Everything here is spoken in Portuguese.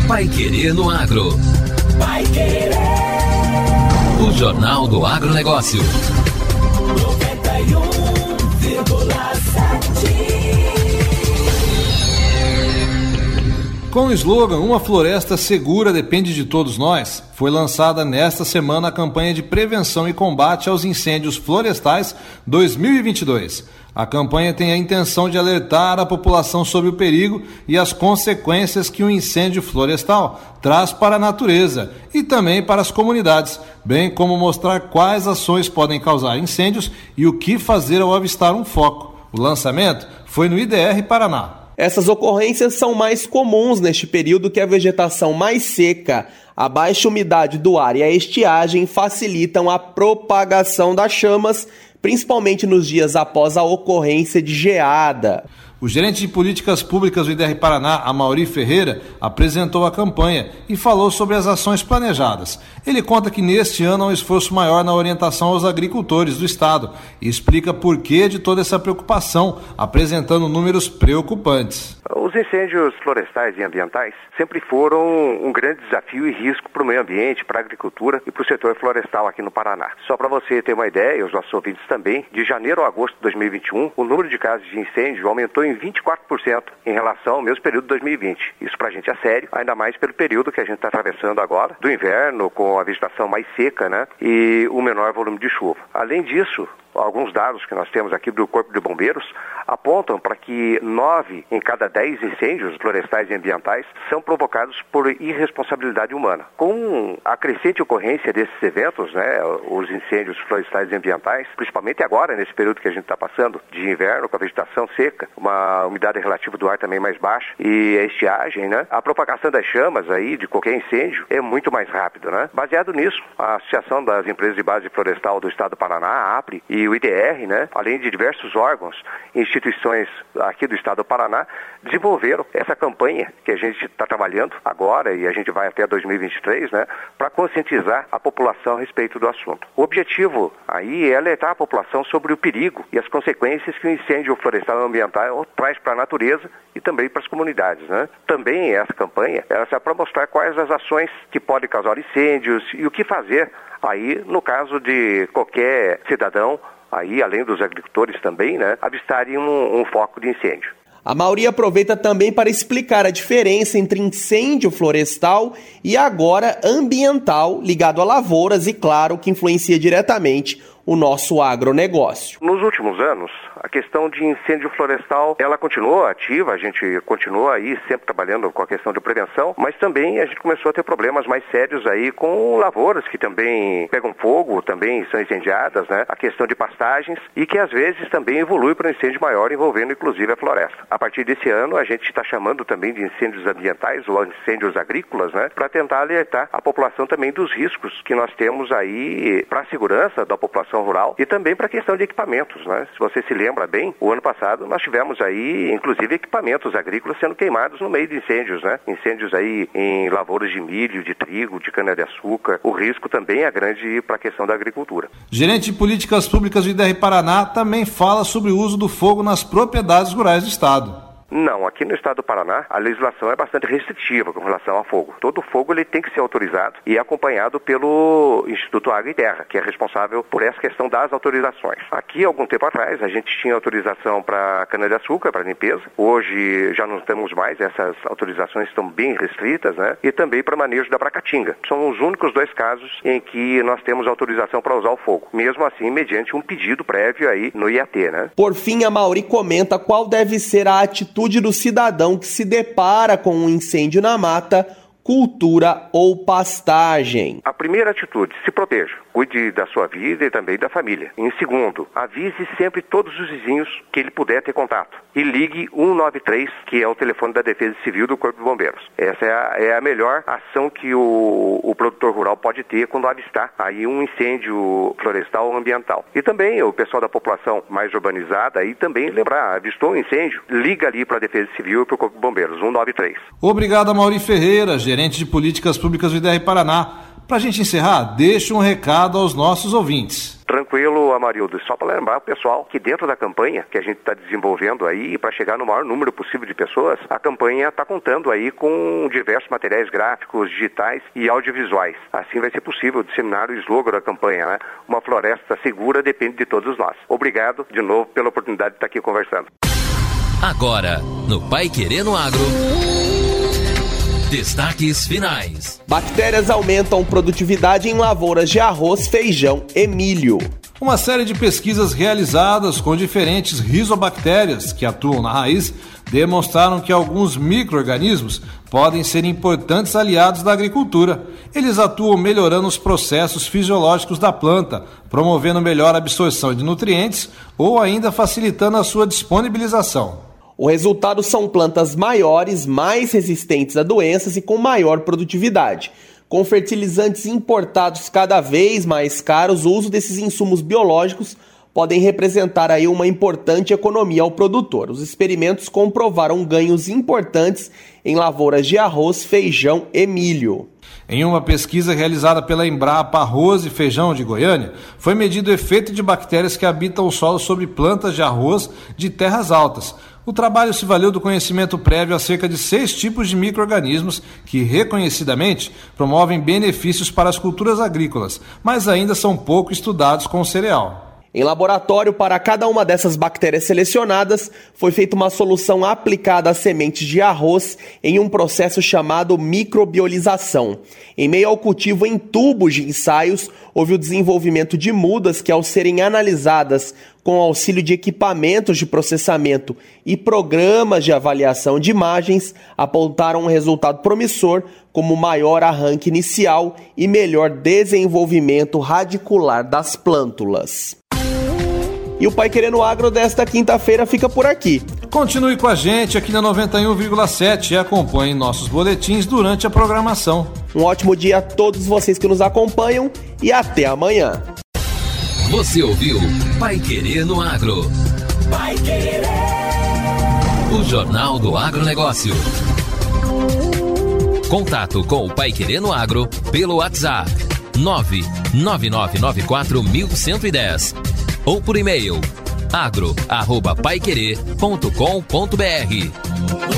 Paiquerê no Agro. Paiquerê. O Jornal do Agronegócio. 91,7. Com o slogan Uma Floresta Segura Depende de Todos Nós, foi lançada nesta semana a campanha de prevenção e combate aos incêndios florestais 2022. A campanha tem a intenção de alertar a população sobre o perigo e as consequências que um incêndio florestal traz para a natureza e também para as comunidades, bem como mostrar quais ações podem causar incêndios e o que fazer ao avistar um foco. O lançamento foi no IDR Paraná. Essas ocorrências são mais comuns neste período que a vegetação mais seca, a baixa umidade do ar e a estiagem facilitam a propagação das chamas, principalmente nos dias após a ocorrência de geada. O gerente de políticas públicas do IDR Paraná, Amaury Ferreira, apresentou a campanha e falou sobre as ações planejadas. Ele conta que neste ano há um esforço maior na orientação aos agricultores do estado e explica por que de toda essa preocupação, apresentando números preocupantes. Os incêndios florestais e ambientais sempre foram um grande desafio e risco para o meio ambiente, para a agricultura e para o setor florestal aqui no Paraná. Só para você ter uma ideia, e os nossos ouvintes também, de janeiro a agosto de 2021, o número de casos de incêndio aumentou em 24% em relação ao mesmo período de 2020. Isso para a gente é sério, ainda mais pelo período que a gente está atravessando agora, do inverno, com a vegetação mais seca, né, e o menor volume de chuva. Além disso, alguns dados que nós temos aqui do Corpo de Bombeiros apontam para que 9 em cada 10 incêndios florestais e ambientais são provocados por irresponsabilidade humana. Com a crescente ocorrência desses eventos, né, os incêndios florestais e ambientais, principalmente agora, nesse período que a gente está passando, de inverno, com a vegetação seca, uma umidade relativa do ar também mais baixa e a estiagem, né, a propagação das chamas aí, de qualquer incêndio, é muito mais rápido, né? Baseado nisso, a Associação das Empresas de Base Florestal do Estado do Paraná, a APRE, e o IDR, né, além de diversos órgãos e instituições aqui do estado do Paraná, desenvolveram essa campanha que a gente está trabalhando agora e a gente vai até 2023, né, para conscientizar a população a respeito do assunto. O objetivo aí é alertar a população sobre o perigo e as consequências que o incêndio florestal e ambiental traz para a natureza e também para as comunidades, né? Também essa campanha ela serve para mostrar quais as ações que podem causar incêndios e o que fazer aí no caso de qualquer cidadão, aí além dos agricultores também, né, avistarem um foco de incêndio. A Amaury aproveita também para explicar a diferença entre incêndio florestal e agora ambiental ligado a lavouras e, claro, que influencia diretamente o nosso agronegócio. Nos últimos anos, a questão de incêndio florestal, ela continuou ativa, a gente continua aí sempre trabalhando com a questão de prevenção, mas também a gente começou a ter problemas mais sérios aí com lavouras que também pegam fogo, também são incendiadas, né? A questão de pastagens e que às vezes também evolui para um incêndio maior envolvendo inclusive a floresta. A partir desse ano, a gente está chamando também de incêndios ambientais ou incêndios agrícolas, né? Para tentar alertar a população também dos riscos que nós temos aí para a segurança da população rural e também para a questão de equipamentos, né? Se você se lembra bem, o ano passado nós tivemos aí, inclusive, equipamentos agrícolas sendo queimados no meio de incêndios, né? Incêndios aí em lavouras de milho, de trigo, de cana-de-açúcar. O risco também é grande para a questão da agricultura. Gerente de políticas públicas do IDR Paraná também fala sobre o uso do fogo nas propriedades rurais do estado. Não, aqui no estado do Paraná, a legislação é bastante restritiva com relação ao fogo. Todo fogo ele tem que ser autorizado e acompanhado pelo Instituto Água e Terra, que é responsável por essa questão das autorizações. Aqui, algum tempo atrás, a gente tinha autorização para cana-de-açúcar, para limpeza. Hoje já não temos mais, essas autorizações estão bem restritas, né? E também para manejo da bracatinga. São os únicos 2 casos em que nós temos autorização para usar o fogo. Mesmo assim, mediante um pedido prévio aí no IAT, né? Por fim, a Amaury comenta qual deve ser a atitude do cidadão que se depara com um incêndio na mata, cultura ou pastagem. A primeira atitude, se proteja. Cuide da sua vida e também da família. Em segundo, avise sempre todos os vizinhos que ele puder ter contato. E ligue 193, que é o telefone da Defesa Civil do Corpo de Bombeiros. Essa é a melhor ação que o produtor rural pode ter quando avistar aí um incêndio florestal ou ambiental. E também o pessoal da população mais urbanizada, aí também lembrar, avistou um incêndio, liga ali para a Defesa Civil e para o Corpo de Bombeiros, 193. Obrigado, Amaury Ferreira, gerente de políticas públicas do IDR Paraná. Para a gente encerrar, deixa um recado aos nossos ouvintes. Tranquilo, Amarildo, só para lembrar o pessoal que dentro da campanha que a gente está desenvolvendo aí, para chegar no maior número possível de pessoas, a campanha está contando aí com diversos materiais gráficos, digitais e audiovisuais. Assim vai ser possível disseminar o slogan da campanha, né? Uma floresta segura depende de todos nós. Obrigado de novo pela oportunidade de estar aqui conversando. Agora, no Paiquerê no Agro, destaques finais. Bactérias aumentam produtividade em lavouras de arroz, feijão e milho. Uma série de pesquisas realizadas com diferentes rizobactérias que atuam na raiz demonstraram que alguns micro-organismos podem ser importantes aliados da agricultura. Eles atuam melhorando os processos fisiológicos da planta, promovendo melhor absorção de nutrientes ou ainda facilitando a sua disponibilização. O resultado são plantas maiores, mais resistentes a doenças e com maior produtividade. Com fertilizantes importados cada vez mais caros, o uso desses insumos biológicos podem representar aí uma importante economia ao produtor. Os experimentos comprovaram ganhos importantes em lavouras de arroz, feijão e milho. Em uma pesquisa realizada pela Embrapa Arroz e Feijão de Goiânia, foi medido o efeito de bactérias que habitam o solo sobre plantas de arroz de terras altas. O trabalho se valeu do conhecimento prévio acerca de 6 tipos de micro-organismos que, reconhecidamente, promovem benefícios para as culturas agrícolas, mas ainda são pouco estudados com o cereal. Em laboratório, para cada uma dessas bactérias selecionadas, foi feita uma solução aplicada às sementes de arroz em um processo chamado microbiolização. Em meio ao cultivo em tubos de ensaios, houve o desenvolvimento de mudas que, ao serem analisadas com auxílio de equipamentos de processamento e programas de avaliação de imagens, apontaram um resultado promissor, como maior arranque inicial e melhor desenvolvimento radicular das plântulas. E o Paiquerê no Agro desta quinta-feira fica por aqui. Continue com a gente aqui na 91,7 e acompanhe nossos boletins durante a programação. Um ótimo dia a todos vocês que nos acompanham e até amanhã. Você ouviu Paiquerê no Agro. Paiquerê. O Jornal do Agronegócio. Contato com o Paiquerê no Agro pelo WhatsApp 999941110 ou por e-mail agro@paiquerê.com.br.